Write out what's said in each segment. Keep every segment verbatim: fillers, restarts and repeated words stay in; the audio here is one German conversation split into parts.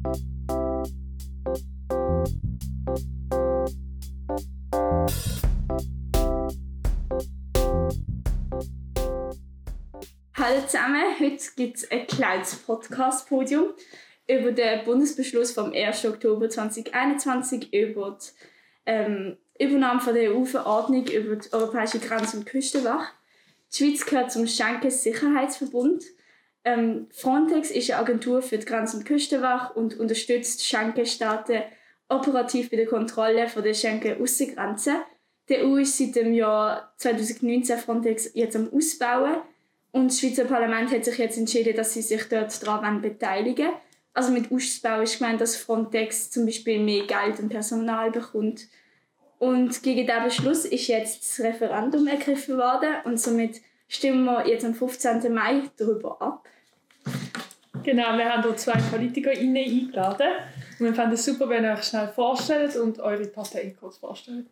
Hallo zusammen, heute gibt es ein kleines Podcast-Podium über den Bundesbeschluss vom ersten Oktober zweitausendeinundzwanzig über die ähm, Übernahme von der E U-Verordnung über die Europäische Grenz- und Küstenwache. Die Schweiz gehört zum Schengen-Sicherheitsverbund. Ähm, Frontex ist eine Agentur für die Grenz- und Küstenwache und unterstützt Schengen-Staaten operativ bei der Kontrolle von der Schengen-Aussengrenze. Die E U ist seit dem Jahr zweitausendneunzehn Frontex jetzt am Ausbauen. Und das Schweizer Parlament hat sich jetzt entschieden, dass sie sich dort daran beteiligen wollen. Also mit Ausbau ist gemeint, dass Frontex zum Beispiel mehr Geld und Personal bekommt. Und gegen diesen Beschluss ist jetzt das Referendum ergriffen worden und somit stimmen wir jetzt am fünfzehnten Mai darüber ab. Genau, wir haben hier zwei PolitikerInnen eingeladen und wir fanden es super, wenn ihr euch schnell vorstellt und eure Partei kurz vorstellt.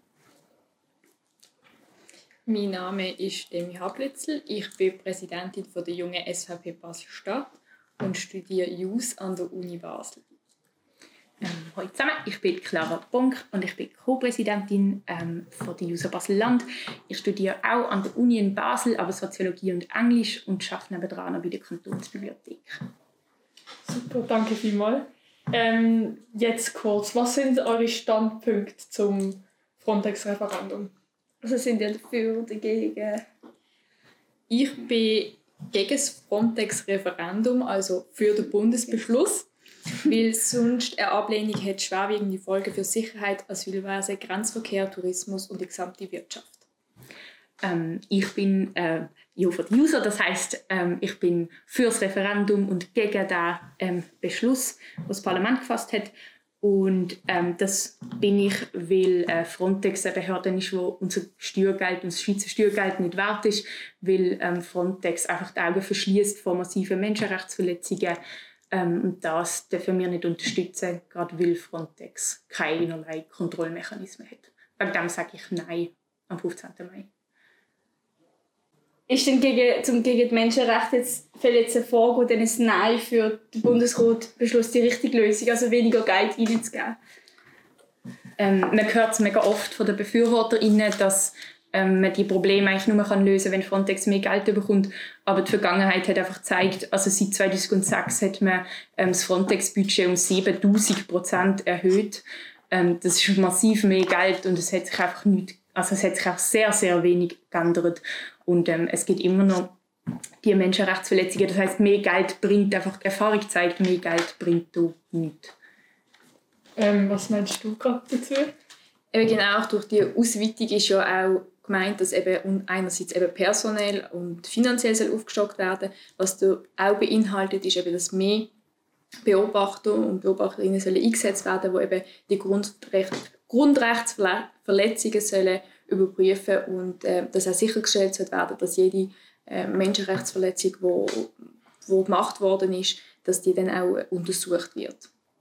Mein Name ist Demi Hablitzel, ich bin Präsidentin der jungen S V P Basel-Stadt und studiere Jus an der Uni Basel. Ähm, hallo zusammen, ich bin Clara Bonk und ich bin Co-Präsidentin ähm, von der Jus Basel-Land. Ich studiere auch an der Uni in Basel, aber Soziologie und Englisch und arbeite nebenan bei der Kantonsbibliothek. Super, danke vielmals. Ähm, jetzt kurz, was sind eure Standpunkte zum Frontex-Referendum? Also sind ja dafür oder dagegen? Ich bin gegen das Frontex-Referendum, also für den Bundesbeschluss, weil sonst eine Ablehnung hat schwerwiegende Folgen für Sicherheit, Asylwesen, Grenzverkehr, Tourismus und die gesamte Wirtschaft. Ähm, ich bin äh, ja, von der User, das heisst, ähm, ich bin für das Referendum und gegen den ähm, Beschluss, den das Parlament gefasst hat. Und ähm, das bin ich, weil äh, Frontex eine Behörde ist, die unser Steuergeld, unser Schweizer Steuergeld nicht wert ist, weil ähm, Frontex einfach die Augen verschließt vor massiven Menschenrechtsverletzungen. Ähm, und das dürfen wir nicht unterstützen, gerade weil Frontex keinerlei Kontrollmechanismen hat. Wegen dem sage ich Nein am fünfzehnten Mai. Ist denn gegen, zum gegen die Menschenrechte jetzt, jetzt vorgehen, dann ist Nein für den Bundesratbeschluss die richtige Lösung, also weniger Geld reinzugeben? Ähm, man hört es mega oft von den BefürworterInnen, dass ähm, man die Probleme eigentlich nur kann lösen kann, wenn Frontex mehr Geld bekommt. Aber die Vergangenheit hat einfach gezeigt, also seit zweitausendsechs hat man ähm, das Frontex-Budget um siebentausend Prozent erhöht. Ähm, das ist massiv mehr Geld und es hat sich einfach nicht, also es hat sich auch sehr, sehr wenig geändert. Und ähm, es gibt immer noch die Menschenrechtsverletzungen. Das heisst, mehr Geld bringt einfach, die Erfahrung zeigt, mehr Geld bringt da nichts. Ähm, was meinst du gerade dazu? Eben genau, durch die Ausweitung ist ja auch gemeint, dass eben einerseits eben personell und finanziell soll aufgestockt werden. Was da auch beinhaltet, ist eben, dass mehr Beobachter und Beobachterinnen sollen eingesetzt werden, die eben die Grundrecht, Grundrechtsverletzungen sollen überprüfen und äh, dass auch sichergestellt wird werden, dass jede äh, Menschenrechtsverletzung, die wo, wo gemacht worden ist, dass die dann auch äh, untersucht wird.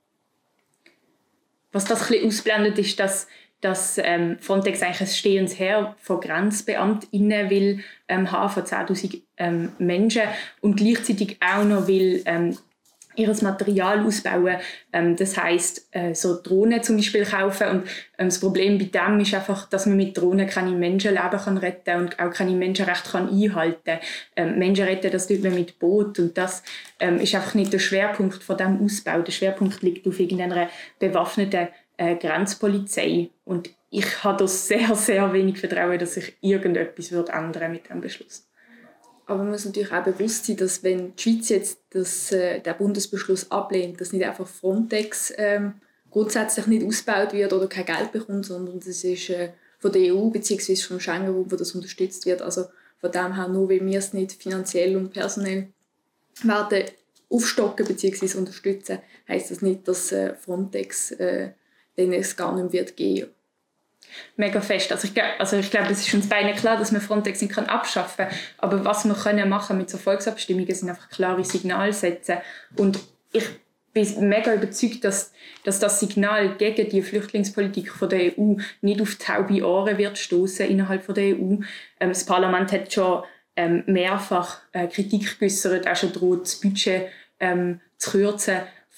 Was das ein bisschen ausblendet, ist, dass, dass ähm, Frontex eigentlich ein stehendes Heer von GrenzbeamtInnen will ähm, haben, von zehntausend ähm, Menschen und gleichzeitig auch noch will ähm, ihres Material ausbauen. Ähm, das heisst, äh, so Drohnen zum Beispiel kaufen. Und ähm, das Problem bei dem ist einfach, dass man mit Drohnen keine Menschenleben kann retten und auch keine Menschenrechte kann einhalten kann. Ähm, Menschen retten, das tut man mit Boot. Und das ähm, ist einfach nicht der Schwerpunkt von diesem Ausbau. Der Schwerpunkt liegt auf irgendeiner bewaffneten äh, Grenzpolizei. Und ich habe da sehr, sehr wenig Vertrauen, dass sich irgendetwas wird ändern mit diesem Beschluss. Aber man muss natürlich auch bewusst sein, dass wenn die Schweiz jetzt das, äh, den Bundesbeschluss ablehnt, dass nicht einfach Frontex ähm, grundsätzlich nicht ausgebaut wird oder kein Geld bekommt, sondern das ist äh, von der E U bzw. vom Schengen-Raum, wo das unterstützt wird. Also von dem her, nur weil wir es nicht finanziell und personell werden aufstocken bzw. unterstützen, heisst das nicht, dass äh, Frontex äh, denen es gar nicht wird geben. Mega fest. Also ich, also ich glaube, es ist uns beiden klar, dass man Frontex nicht abschaffen kann. Aber was wir können machen mit so Volksabstimmungen, sind einfach klare Signale setzen. Und ich bin mega überzeugt, dass, dass das Signal gegen die Flüchtlingspolitik von der E U nicht auf taube Ohren wird stoßen innerhalb von der E U. Ähm, das Parlament hat schon ähm, mehrfach äh, Kritik geäußert, auch schon droht, das Budget ähm, zu kürzen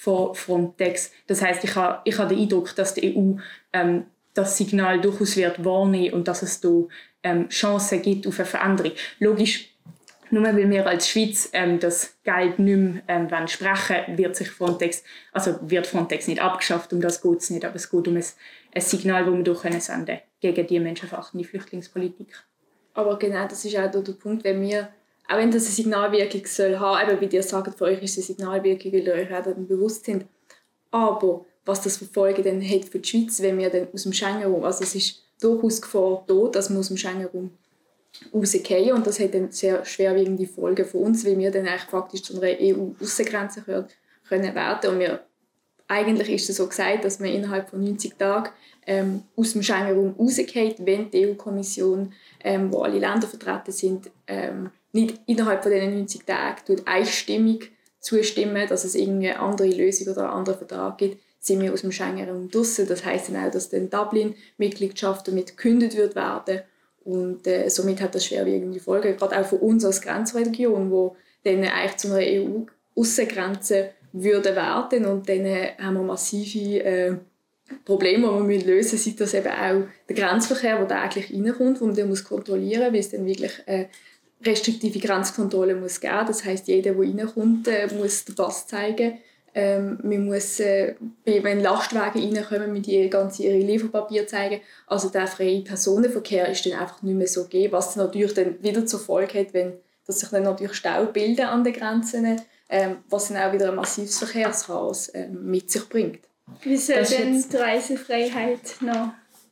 von Frontex. Das heisst, ich habe, ich habe den Eindruck, dass die E U ähm, das Signal durchaus wird wahrnehmen und dass es da ähm, Chancen gibt auf eine Veränderung. Logisch, nur weil wir als Schweiz ähm, das Geld nicht mehr ähm, wollen sprechen, wird sich Frontex, also wird Frontex nicht abgeschafft, um das geht es nicht, aber es geht um ein, ein Signal, das wir durch senden können gegen die menschenverachtende Flüchtlingspolitik. Aber genau, das ist auch der Punkt, wenn wir, auch wenn das eine Signalwirkung soll haben, eben wie ihr sagt, für euch ist es eine Signalwirkung, weil ihr euch auch dann bewusst sind, aber was das für Folgen dann hat für die Schweiz, wenn wir dann aus dem Schengen-Raum, also es ist durchaus Gefahr da, dass wir aus dem Schengen-Raum rausgehen und das hat dann sehr schwerwiegende Folgen für uns, weil wir dann eigentlich faktisch zu einer E U-Aussengrenze können, können werden und wir, eigentlich ist es so gesagt, dass man innerhalb von neunzig Tagen ähm, aus dem Schengen-Raum rausgeht, wenn die E U-Kommission, ähm, wo alle Länder vertreten sind, ähm, nicht innerhalb von diesen neunzig Tagen einstimmig zustimmen, dass es irgendeine andere Lösung oder einen anderen Vertrag gibt, sind wir aus dem Schengen-Raum draussen. Das heisst dann auch, dass die Dublin-Mitgliedschaft damit gekündigt wird werden. Und äh, somit hat das schwerwiegende Folgen, gerade auch für uns als Grenzregion, wo dann eigentlich zu einer E U-Aussengrenze würde werden und dann haben wir massive äh, Probleme, die wir lösen müssen, sei das eben auch der Grenzverkehr, der täglich reinkommt, den man muss kontrollieren muss, weil es dann wirklich äh, restriktive Grenzkontrolle muss geben. Das heisst, jeder, der reinkommt, äh, muss den Pass zeigen. Ähm, man muss, äh, wenn Lastwagen reinkommen, mit ihr ganz ihre Lieferpapiere zeigen. Also der freie Personenverkehr ist dann einfach nicht mehr so gegeben, was dann natürlich dann wieder zur Folge hat, wenn dass sich dann natürlich Stau bilden an den Grenzen, ähm, was dann auch wieder ein massives Verkehrschaos ähm, mit sich bringt. Wie soll Das denn jetzt- die Reisefreiheit noch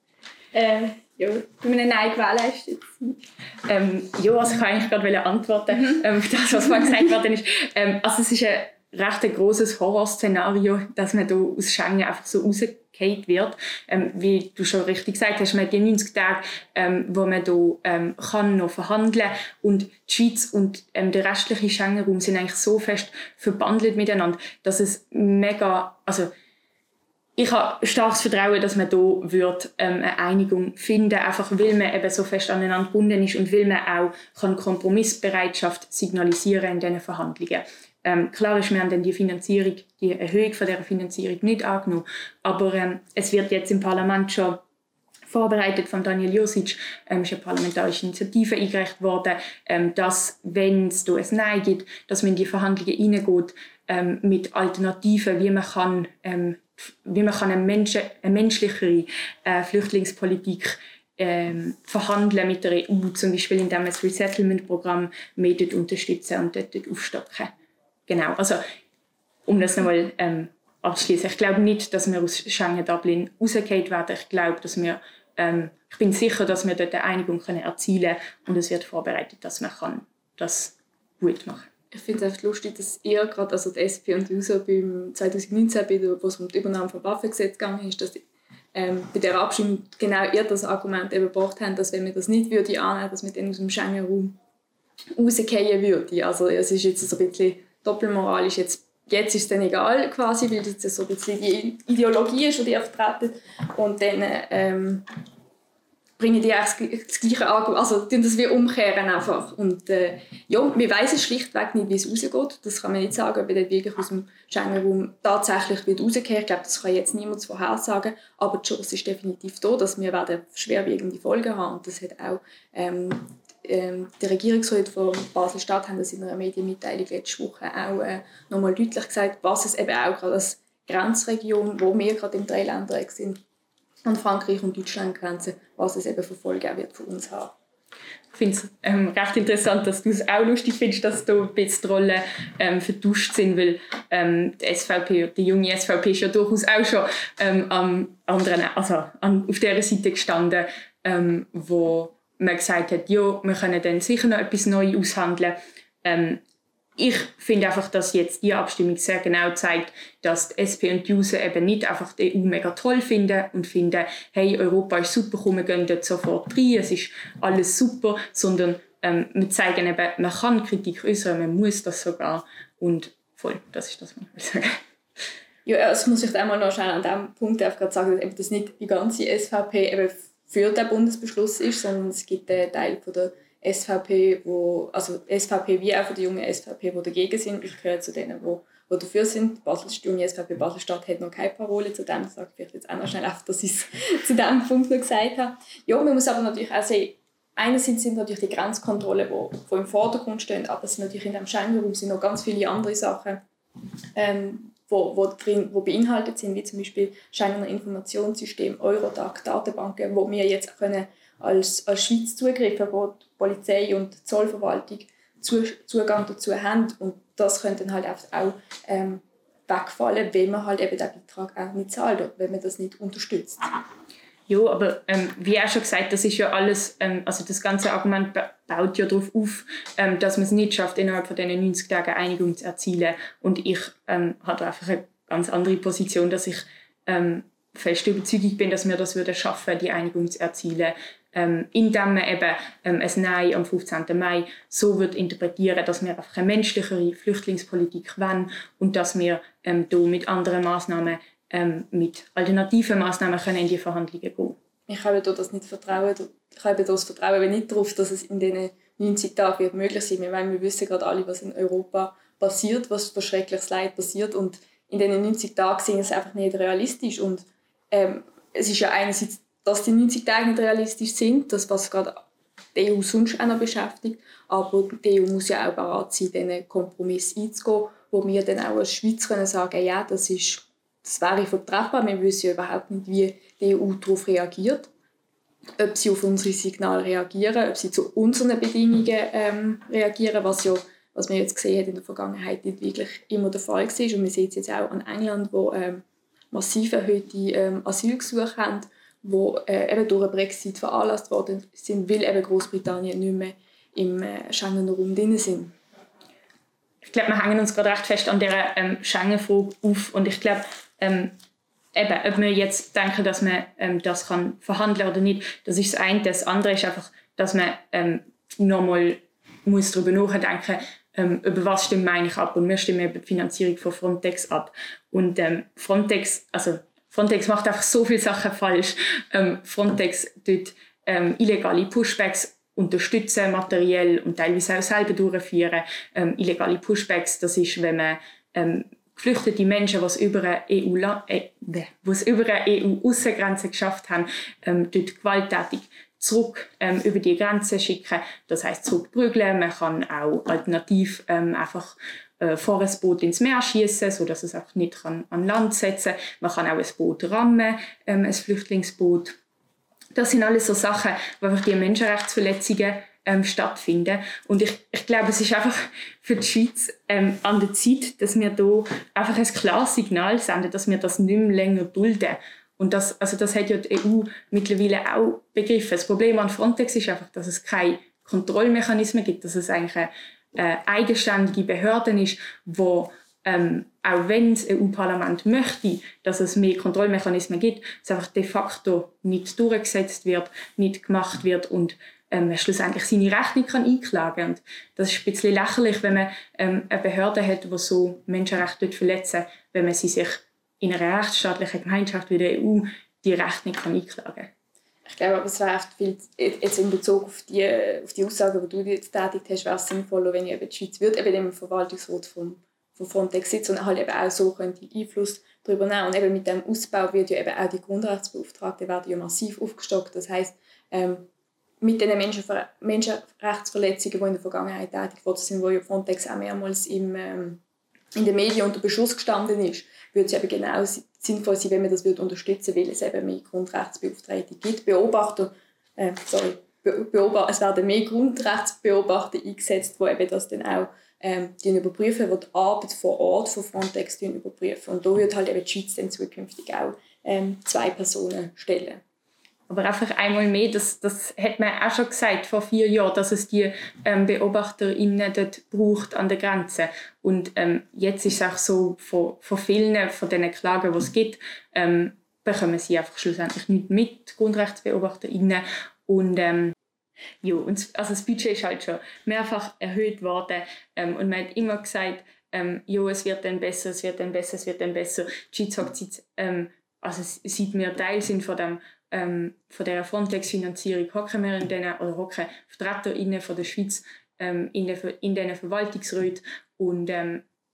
äh, ja, mit einem Nein gewährleistet sein? Ähm, ja, also ich kann eigentlich gerade antworten Mhm. ähm, auf das, was vorhin gesagt worden ist. Ähm, also es ist ein recht ein grosses Horrorszenario, dass man da aus Schengen einfach so rausgefallen wird. Ähm, wie du schon richtig gesagt hast, man hat die neunzig Tage, ähm, wo man da ähm, kann noch verhandeln kann. Und die Schweiz und ähm, der restliche Schengen-Raum sind eigentlich so fest verbandelt miteinander, dass es mega, also ich habe starkes Vertrauen, dass man hier wird, ähm, eine Einigung finden kann, einfach weil man eben so fest aneinander gebunden ist und weil man auch kann Kompromissbereitschaft signalisieren in diesen Verhandlungen. Ähm, klar ist, wir haben dann die Finanzierung, die Erhöhung von dieser Finanzierung nicht angenommen, aber ähm, es wird jetzt im Parlament schon vorbereitet von Daniel Josic, ähm, ist eine parlamentarische Initiative eingereicht worden, ähm, dass, wenn es da ein Nein gibt, dass man in die Verhandlungen reingeht ähm, mit Alternativen, wie man kann, ähm, wie man kann eine, Menschen, eine menschlichere äh, Flüchtlingspolitik ähm, verhandeln mit der E U, zum Beispiel indem man das Resettlement-Programm mehr dort unterstützen und dort, dort aufstocken. Genau, also um das nochmal ähm, abzuschließen. Ich glaube nicht, dass wir aus Schengen-Dublin rausgehen werden. Ich glaube, dass wir, ähm, ich bin sicher, dass wir dort eine Einigung können erzielen können und es wird vorbereitet, dass man kann das gut machen kann. Ich finde es einfach lustig, dass ihr gerade, also die S P und die U S O beim zwanzig neunzehn, bei der, wo es um die Übernahme vom Waffengesetz gegangen ist, dass ähm, bei der Abstimmung genau ihr das Argument eben gebracht haben, dass wenn wir das nicht würde annehmen, dass wir dann aus dem Schengen-Raum rausgehen würde. Also es ist jetzt so ein bisschen doppelmoralisch. Jetzt, jetzt ist es dann egal, quasi, weil das so ein bisschen die Ideologie ist, die ihr vertreten. Und dann ähm, bringen die auch das, das gleiche Argument, also das wir umkehren einfach. Und äh, ja, wir wissen schlichtweg nicht, wie es rausgeht. Das kann man nicht sagen, ob wir dann wirklich aus dem Schengen-Raum tatsächlich wieder rauskehren. Ich glaube, das kann jetzt niemand vorhersagen. Aber die Chance ist definitiv da, dass wir werden schwerwiegende Folgen haben. Und das hat auch ähm, ähm, der Regierungsrat von Basel-Stadt haben das in einer Medienmitteilung letzte Woche auch äh, nochmal deutlich gesagt, was es eben auch gerade als Grenzregion, wo wir gerade im Dreiländereck sind, an Frankreich und Deutschland grenzen, was es eben für Folgen wird für uns haben. Ich finde es ähm, recht interessant, dass du es auch lustig findest, dass da ein bisschen die Rollen ähm, vertauscht sind, weil ähm, die S V P, die junge S V P ist ja durchaus auch schon ähm, am anderen, also an, auf dieser Seite gestanden, ähm, wo man gesagt hat, ja, wir können dann sicher noch etwas Neues aushandeln. Ähm, ich finde einfach, dass jetzt die Abstimmung sehr genau zeigt, dass die S P und die U S O eben nicht einfach die E U mega toll finden und finden, hey, Europa ist super, komm, wir gehen dort sofort rein, es ist alles super, sondern ähm, wir zeigen eben, man kann Kritik äußern, man muss das sogar und voll, das ist das, was ich will sagen. Ja, also muss ich einmal noch schnell an diesem Punkt einfach gerade sagen, dass nicht die ganze S V P eben für den Bundesbeschluss ist, sondern es gibt einen Teil von der S V P, wo, also S V P wie auch von der jungen S V P, die dagegen sind. Ich gehöre zu denen, die die dafür sind. Basel, die Uni S V P Basel-Stadt hat noch keine Parole zu dem, sage ich vielleicht jetzt auch noch schnell auf, dass ich es zu diesem Punkt noch gesagt habe. Ja, man muss aber natürlich auch sehen, einerseits sind natürlich die Grenzkontrollen, die, die im Vordergrund stehen, aber es sind natürlich in diesem Schengen-Raum sind noch ganz viele andere Sachen, ähm, wo, wo, drin, wo beinhaltet sind, wie zum Beispiel Schengener Informationssystem, Eurodac, Datenbanken, wo wir jetzt können als, als Schweiz zugreifen, wo die Polizei und die Zollverwaltung zu, Zugang dazu haben. Und das könnte dann halt auch ähm, wegfallen, wenn man halt eben den Beitrag auch nicht zahlt oder wenn man das nicht unterstützt. Ja, aber ähm, wie auch schon gesagt, das ist ja alles, ähm, also das ganze Argument baut ja darauf auf, ähm, dass man es nicht schafft, innerhalb von diesen neunzig Tagen Einigung zu erzielen. Und ich ähm, habe einfach eine ganz andere Position, dass ich ähm, fest überzeugt bin, dass wir das würden schaffen, die Einigung zu erzielen, ähm, indem man eben ähm, ein Nein am fünfzehnten Mai so wird interpretieren, dass wir einfach eine menschlichere Flüchtlingspolitik wollen und dass wir ähm, da mit anderen Massnahmen Ähm, mit alternativen Massnahmen können in die Verhandlungen gehen. Ich habe das nicht vertrauen. Ich habe das Vertrauen nicht darauf, dass es in diesen neunzig Tagen wird möglich sein wird. Wir wissen gerade alle, was in Europa passiert, was für schreckliches Leid passiert. Und in diesen neunzig Tagen sind es einfach nicht realistisch. Und ähm, es ist ja einerseits, dass die neunzig Tage nicht realistisch sind, das was gerade die E U sonst auch noch beschäftigt. Aber die E U muss ja auch bereit sein, diesen Kompromiss einzugehen, wo wir dann auch als Schweiz können sagen, ja, das ist Das wäre vertretbar. Wir wissen ja überhaupt nicht, wie die E U darauf reagiert. Ob sie auf unsere Signale reagieren, ob sie zu unseren Bedingungen ähm, reagieren, was, ja, was wir jetzt gesehen haben in der Vergangenheit nicht wirklich immer der Fall war. Und wir sehen es jetzt auch an England, wo ähm, massiv erhöhte ähm, Asylgesuche haben, die äh, eben durch den Brexit veranlasst worden sind, weil eben Großbritannien nicht mehr im äh, Schengener Raum drin sind. Ich glaube, wir hängen uns gerade recht fest an dieser ähm, Schengen-Frage auf. Und ich glaube, ähm, eben, ob wir jetzt denken, dass man ähm, das kann verhandeln oder nicht, das ist das eine. Das andere ist einfach, dass man ähm, nochmal muss darüber nachdenken, ähm, über was stimmen wir eigentlich ab. Und wir stimmen über die Finanzierung von Frontex ab. Und ähm, Frontex, also Frontex macht einfach so viele Sachen falsch. Ähm, Frontex tut ähm, illegale Pushbacks unterstützen, materiell und teilweise auch selber durchführen. Ähm, illegale Pushbacks, das ist, wenn man ähm, geflüchtete Menschen, die es über eine E U, äh, was über eine E U-Aussengrenze geschafft haben, ähm, dort gewalttätig zurück ähm, über die Grenze schicken. Das heisst zurückprügeln. Man kann auch alternativ ähm, einfach äh, vor ein Boot ins Meer schießen, sodass es auch nicht kann an Land setzen kann. Man kann auch ein Boot rammen, ähm, ein Flüchtlingsboot. Das sind alles so Sachen, wo einfach die Menschenrechtsverletzungen ähm, stattfinden. Und ich, ich glaube, es ist einfach für die Schweiz ähm, an der Zeit, dass wir da einfach ein klares Signal senden, dass wir das nicht mehr länger dulden. Und das, also das hat ja die E U mittlerweile auch begriffen. Das Problem an Frontex ist einfach, dass es keine Kontrollmechanismen gibt, dass es eigentlich eine äh, eigenständige Behörde ist, die Ähm, auch wenn das E U-Parlament möchte, dass es mehr Kontrollmechanismen gibt, es einfach de facto nicht durchgesetzt wird, nicht gemacht wird und ähm, schlussendlich seine Rechnung kann einklagen kann. Und das ist ein bisschen lächerlich, wenn man ähm, eine Behörde hat, die so Menschenrechte verletzen, wenn man sie sich in einer rechtsstaatlichen Gemeinschaft wie der E U die Rechnung kann einklagen kann. Ich glaube, aber es wäre echt viel, jetzt in Bezug auf die, auf die Aussagen, die du jetzt tätigt hast, wäre es sinnvoller, wenn eben die Schweiz würde, eben im Verwaltungsrat vom von Frontex sitzt und halt eben auch so könnte Einfluss darüber nehmen. Und eben mit dem Ausbau wird ja eben auch die Grundrechtsbeauftragten werden ja massiv aufgestockt. Das heisst, ähm, mit den Menschenver- Menschenrechtsverletzungen, die in der Vergangenheit tätig worden sind, wo ja Frontex auch mehrmals im, ähm, in den Medien unter Beschuss gestanden ist, würde es eben genau sinnvoll sein, wenn man das würde unterstützen würde, weil es eben mehr Grundrechtsbeauftragte gibt. Beobachter, äh, sorry, Be- Beobachter, es werden mehr Grundrechtsbeobachter eingesetzt, die eben das dann auch Ähm, die überprüfen, die die Arbeit vor Ort von Frontex überprüfen. Und da wird halt eben die Schweiz dann zukünftig auch ähm, zwei Personen stellen. Aber einfach einmal mehr, das, das hat man auch schon gesagt vor vier Jahren, dass es die ähm, BeobachterInnen dort braucht an der Grenze. Und ähm, jetzt ist es auch so, von, von vielen von diesen Klagen, die es gibt, ähm, bekommen sie einfach schlussendlich nicht mit, GrundrechtsbeobachterInnen. Und ähm, Ja, und also das Budget ist halt schon mehrfach erhöht worden ähm, und man hat immer gesagt, ähm, ja, es wird dann besser, es wird dann besser, es wird dann besser. Die Schweiz sagt jetzt, ähm, also seit wir Teil sind von, dem, ähm, von dieser Frontex-Finanzierung, hocken wir in denen, oder hocken VertreterInnen von der Schweiz ähm, in, den, in diesen Verwaltungsräten und ähm,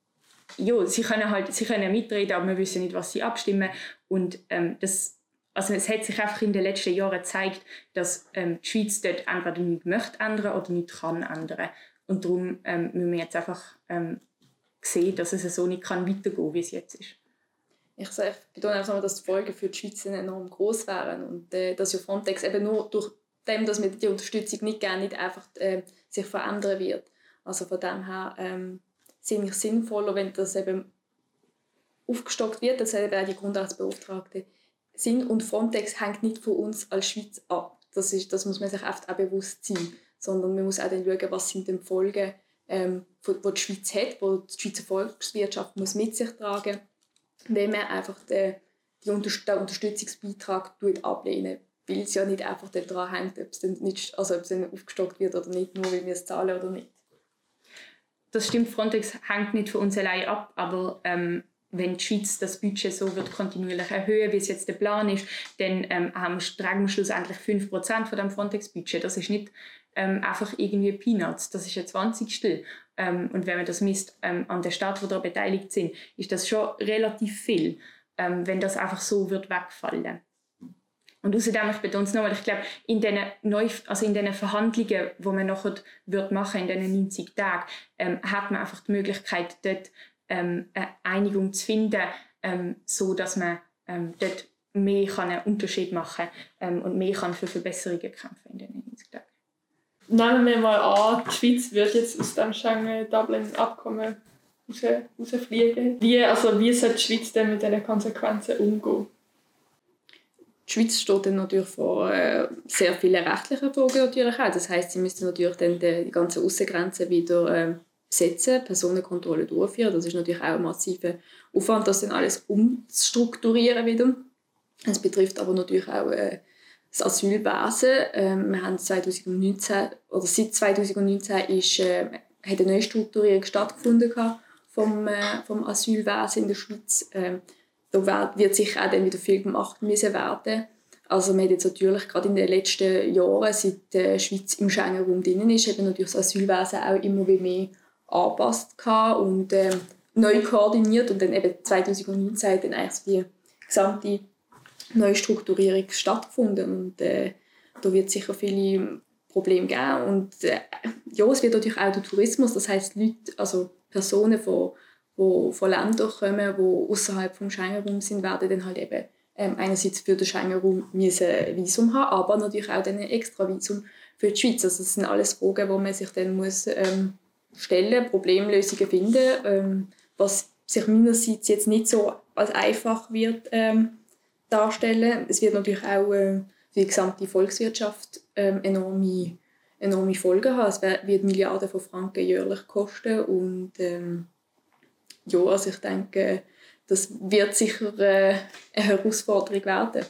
ja, sie können halt sie können mitreden, aber wir wissen nicht, was sie abstimmen. Und ähm, das, also es hat sich einfach in den letzten Jahren gezeigt, dass ähm, die Schweiz dort entweder nicht möchte ändern oder nicht kann ändern. Und darum ähm, müssen wir jetzt einfach ähm, sehen, dass es so nicht kann weitergehen, wie es jetzt ist. Ich, sage, ich betone einfach mal, dass die Folgen für die Schweiz enorm groß wären und äh, dass ja Frontex eben nur durch dem, dass wir die Unterstützung nicht gerne nicht einfach äh, sich verändern wird. Also von dem her ähm, sehe ich sinnvoller, wenn das eben aufgestockt wird, dass eben auch die Grundrechtsbeauftragten sind. Und Frontex hängt nicht von uns als Schweiz ab. Das, ist, das muss man sich oft auch bewusst sein. Sondern man muss auch dann schauen, was sind die Folgen, ähm, die die Schweiz hat, die die Schweizer Volkswirtschaft muss mit sich tragen muss, wenn man einfach den, die Unter- den Unterstützungsbeitrag ablehnen, weil es ja nicht einfach daran hängt, ob es dann, nicht, also ob es dann aufgestockt wird oder nicht, nur weil wir es zahlen oder nicht. Das stimmt, Frontex hängt nicht von uns allein ab, aber ähm, wenn die Schweiz das Budget so wird kontinuierlich erhöhen, wie es jetzt der Plan ist, dann ähm, haben wir, tragen wir schlussendlich fünf Prozent von dem Frontex-Budget. Das ist nicht ähm, einfach irgendwie Peanuts, das ist ein Zwanzigstel. Ähm, und wenn man das misst ähm, an der Stadt, die da beteiligt sind, ist das schon relativ viel, ähm, wenn das einfach so wird wegfallen. Und außerdem, ich betone es nochmal, ich glaube, in diesen Neu- also in diesen Verhandlungen, die man nachher wird machen in diesen neunzig Tagen, ähm, hat man einfach die Möglichkeit, dort ähm, eine Einigung zu finden, ähm, so dass man ähm, dort mehr kann einen Unterschied machen kann ähm, und mehr kann für Verbesserungen kämpfen in diesen neunzig Tagen. Nehmen wir mal an, die Schweiz wird jetzt aus dem Schengen-Dublin-Abkommen raus, rausfliegen. Wie, also wie soll die Schweiz denn mit diesen Konsequenzen umgehen? Die Schweiz steht dann natürlich vor äh, sehr vielen rechtlichen Fragen natürlich auch. Das heisst, sie müsste natürlich dann die, die ganzen Aussengrenzen wieder äh, besetzen, Personenkontrolle durchführen. Das ist natürlich auch ein massiver Aufwand, das dann alles umzustrukturieren wieder. Es betrifft aber natürlich auch äh, das Asylwesen. Ähm, wir haben zwanzig neunzehn, oder seit zwanzig neunzehn ist, äh, hat eine Neustrukturierung stattgefunden vom, äh, vom Asylwesen in der Schweiz. Ähm, Da wird sicher auch dann wieder viel gemacht müssen werden. Also man hat jetzt natürlich gerade in den letzten Jahren, seit die Schweiz im Schengen-Raum drin ist, eben natürlich das Asylwesen auch immer mehr angepasst und ähm, neu koordiniert. Und dann eben zwanzig neunzehn hat dann eigentlich die gesamte Neustrukturierung stattgefunden. Und äh, da wird es sicher viele Probleme geben. Und äh, ja, es wird natürlich auch der Tourismus, das heisst Leute, also Personen von die von Ländern kommen, die außerhalb des Schengen-Raums sind, werden dann halt eben ähm, einerseits für den Schengen-Raum ein Visum haben, aber natürlich auch dann ein extra Visum für die Schweiz. Also das sind alles Fragen, die man sich dann muss, ähm, stellen muss, Problemlösungen finden, ähm, was sich meinerseits jetzt nicht so als einfach wird ähm, darstellen. Es wird natürlich auch äh, für die gesamte Volkswirtschaft ähm, enorme, enorme Folgen haben. Es wird Milliarden von Franken jährlich kosten und ähm, ja, also ich denke, das wird sicher äh, eine Herausforderung werden.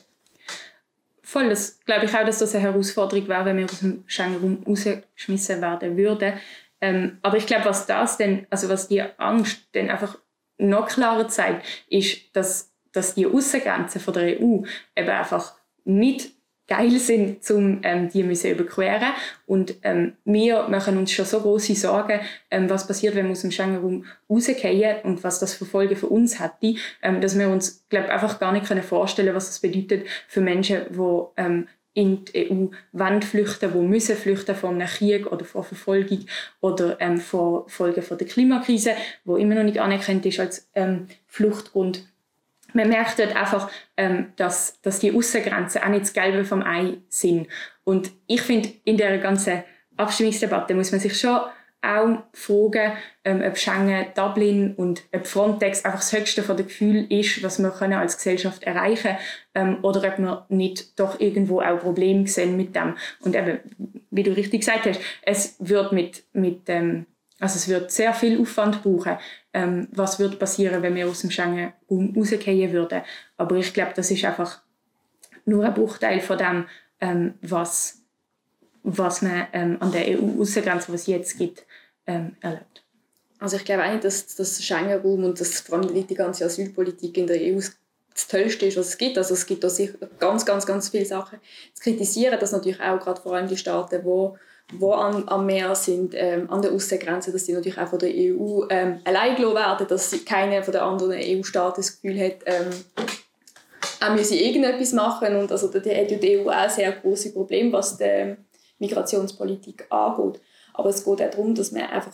Voll, das glaube ich auch, dass das eine Herausforderung wäre, wenn wir aus dem Schengen-Raum rausgeschmissen werden würden. Ähm, aber ich glaube, was das denn, also was die Angst dann einfach noch klarer zeigt, ist, dass, dass die Aussengrenzen von der E U eben einfach nicht geil sind, um ähm, die müssen überqueren. Und ähm, wir machen uns schon so große Sorgen, ähm, was passiert, wenn wir aus dem Schengen-Raum rausgehen und was das für Folgen für uns hätte, ähm, dass wir uns, glaube einfach gar nicht vorstellen können, was das bedeutet für Menschen, die ähm, in die E U wollen flüchten, die müssen flüchten vor einem Krieg oder vor Verfolgung oder ähm, vor Folgen von der Klimakrise, die immer noch nicht anerkannt ist als ähm, Fluchtgrund. Man merkt dort einfach, ähm, dass, dass die Aussengrenzen auch nicht das Gelbe vom Ei sind. Und ich finde, in dieser ganzen Abstimmungsdebatte muss man sich schon auch fragen, ähm, ob Schengen, Dublin und ob Frontex einfach das Höchste von den Gefühlen ist, was wir können als Gesellschaft erreichen können, ähm, oder ob wir nicht doch irgendwo auch Probleme sehen mit dem. Und eben, wie du richtig gesagt hast, es wird mit, mit ähm, also es wird sehr viel Aufwand brauchen, ähm, was würde passieren, wenn wir aus dem Schengen-Raum rausgehen würden. Aber ich glaube, das ist einfach nur ein Bruchteil von dem, ähm, was, was man ähm, an der E U-Aussengrenze, was es jetzt gibt, ähm, erlebt. Also ich glaube auch nicht, dass das Schengen-Raum und das, vor allem die ganze Asylpolitik in der E U das Tollste ist, was es gibt. Also es gibt da sicher ganz, ganz, ganz viele Sachen zu kritisieren, dass natürlich auch gerade vor allem die Staaten, die die an, am Meer sind, ähm, an der Außengrenze, dass die natürlich auch von der E U ähm, allein gelassen werden, dass keiner von den anderen E U-Staaten das Gefühl hat, ähm, auch müssen irgendetwas machen. Und also, da hat die E U auch sehr große Probleme, was die Migrationspolitik angeht. Aber es geht auch darum, dass wir einfach,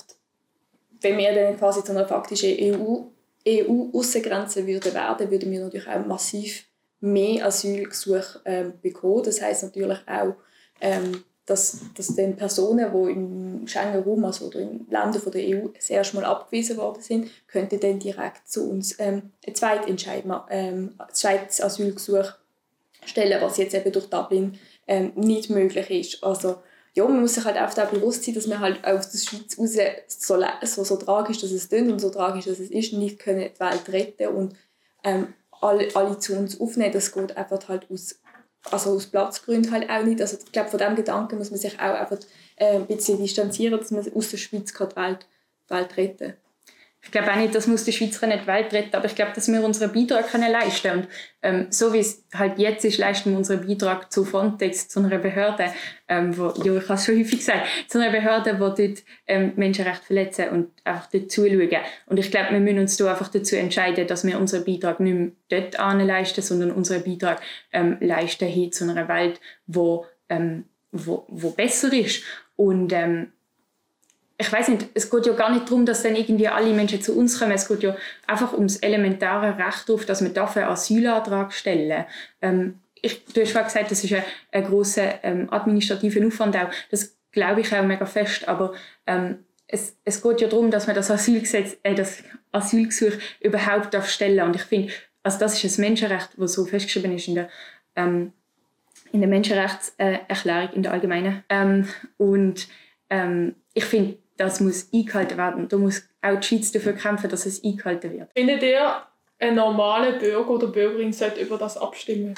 wenn wir dann quasi zu einer faktischen E U E U-Aussengrenze würden werden, würden wir natürlich auch massiv mehr Asylgesuche ähm, bekommen. Das heisst natürlich auch, ähm, dass, dass dann Personen, die im Schengen-Raum, also oder in Ländern der E U, das erste Mal abgewiesen worden sind, könnten dann direkt zu uns ähm, ein Zweitentscheid, ähm, ein zweites Asylgesuch stellen, was jetzt eben durch Dublin ähm, nicht möglich ist. Also, ja, man muss sich halt auch bewusst sein, dass wir halt aus der Schweiz raus, so, so, so tragisch dass es klingt und so tragisch dass es ist, nicht können die Welt retten und ähm, alle, alle zu uns aufnehmen. Das geht einfach halt aus, also aus Platzgründen halt auch nicht. Also ich glaube, von diesem Gedanken muss man sich auch einfach äh, ein bisschen distanzieren, dass man aus der Schweiz die Welt, die Welt retten kann. Ich glaube auch nicht, dass wir aus der Schweiz nicht die Welt retten, aber ich glaube, dass wir unseren Beitrag können leisten können. Und ähm, so wie es halt jetzt ist, leisten wir unseren Beitrag zu Frontex, zu einer Behörde, ähm, wo, ja, ich habe es schon häufig gesagt, zu einer Behörde, die dort ähm, Menschenrechte verletzen und einfach dort zuschauen. Und ich glaube, wir müssen uns da einfach dazu entscheiden, dass wir unseren Beitrag nicht mehr dort anleisten, sondern unseren Beitrag ähm, leisten hin zu einer Welt, wo, ähm, wo, wo besser ist. Und ähm, ich weiß nicht, es geht ja gar nicht darum, dass dann irgendwie alle Menschen zu uns kommen. Es geht ja einfach ums elementare Recht darauf, dass wir dafür einen Asylantrag stellen. Ähm, ich, du hast schon gesagt, das ist ein, ein grosser ähm, administrativer Aufwand auch. Das glaube ich auch mega fest. Aber ähm, es, es geht ja darum, dass man das Asylgesetz, äh, das Asylgesuch überhaupt stellen darf. Und ich finde, also das ist ein Menschenrecht, das so festgeschrieben ist in der, ähm, in der Menschenrechtserklärung in der Allgemeinen. Ähm, und ähm, ich finde, das muss eingehalten werden. Da muss auch die Schweiz dafür kämpfen, dass es eingehalten wird. Findet ihr, ein normaler Bürger oder Bürgerin sollte über das abstimmen?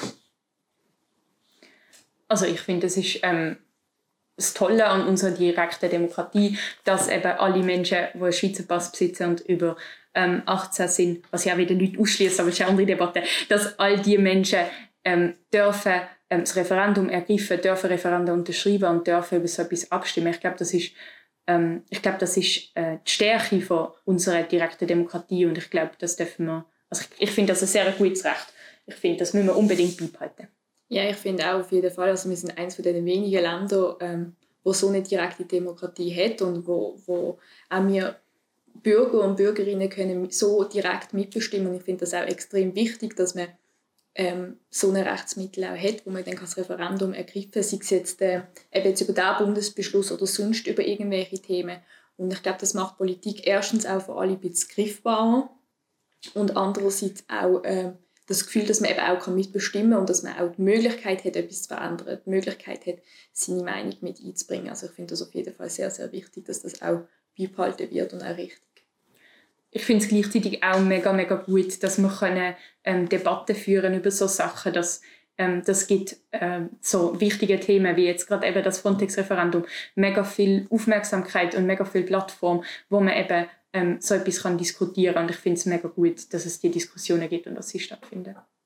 Also ich finde, das ist ähm, das Tolle an unserer direkten Demokratie, dass eben alle Menschen, die einen Schweizer Pass besitzen und über ähm, achtzehn sind, was ja auch wieder Leute ausschließt, aber das ist eine andere Debatte, dass all diese Menschen ähm, dürfen ähm, das Referendum ergreifen, dürfen Referenden unterschreiben und dürfen über so etwas abstimmen. Ich glaube, das ist Ähm, ich glaube, das ist äh, die Stärke von unserer direkten Demokratie und ich glaube, das dürfen wir, also ich, ich finde das ein sehr gutes Recht. Ich finde, das müssen wir unbedingt beibehalten. Ja, ich finde auch auf jeden Fall, also wir sind eines von den wenigen Ländern, ähm, wo so eine direkte Demokratie hat und wo, wo auch wir Bürger und Bürgerinnen können so direkt mitbestimmen. Und ich finde das auch extrem wichtig, dass man ähm, so ein Rechtsmittel auch hat, wo man dann das Referendum ergreifen kann, sei es jetzt, äh, eben jetzt über diesen Bundesbeschluss oder sonst über irgendwelche Themen. Und ich glaube, das macht Politik erstens auch für alle ein bisschen griffbarer und andererseits auch äh, das Gefühl, dass man eben auch mitbestimmen kann und dass man auch die Möglichkeit hat, etwas zu verändern, die Möglichkeit hat, seine Meinung mit einzubringen. Also ich finde das auf jeden Fall sehr, sehr wichtig, dass das auch beibehalten wird und auch richtig. Ich finde es gleichzeitig auch mega, mega gut, dass wir können, ähm, Debatten führen über so Sachen, dass ähm, das gibt ähm, so wichtige Themen wie jetzt gerade eben das Frontex-Referendum mega viel Aufmerksamkeit und mega viel Plattform, wo man eben ähm, so etwas kann diskutieren kann. Und ich finde es mega gut, dass es die Diskussionen gibt und dass sie stattfinden.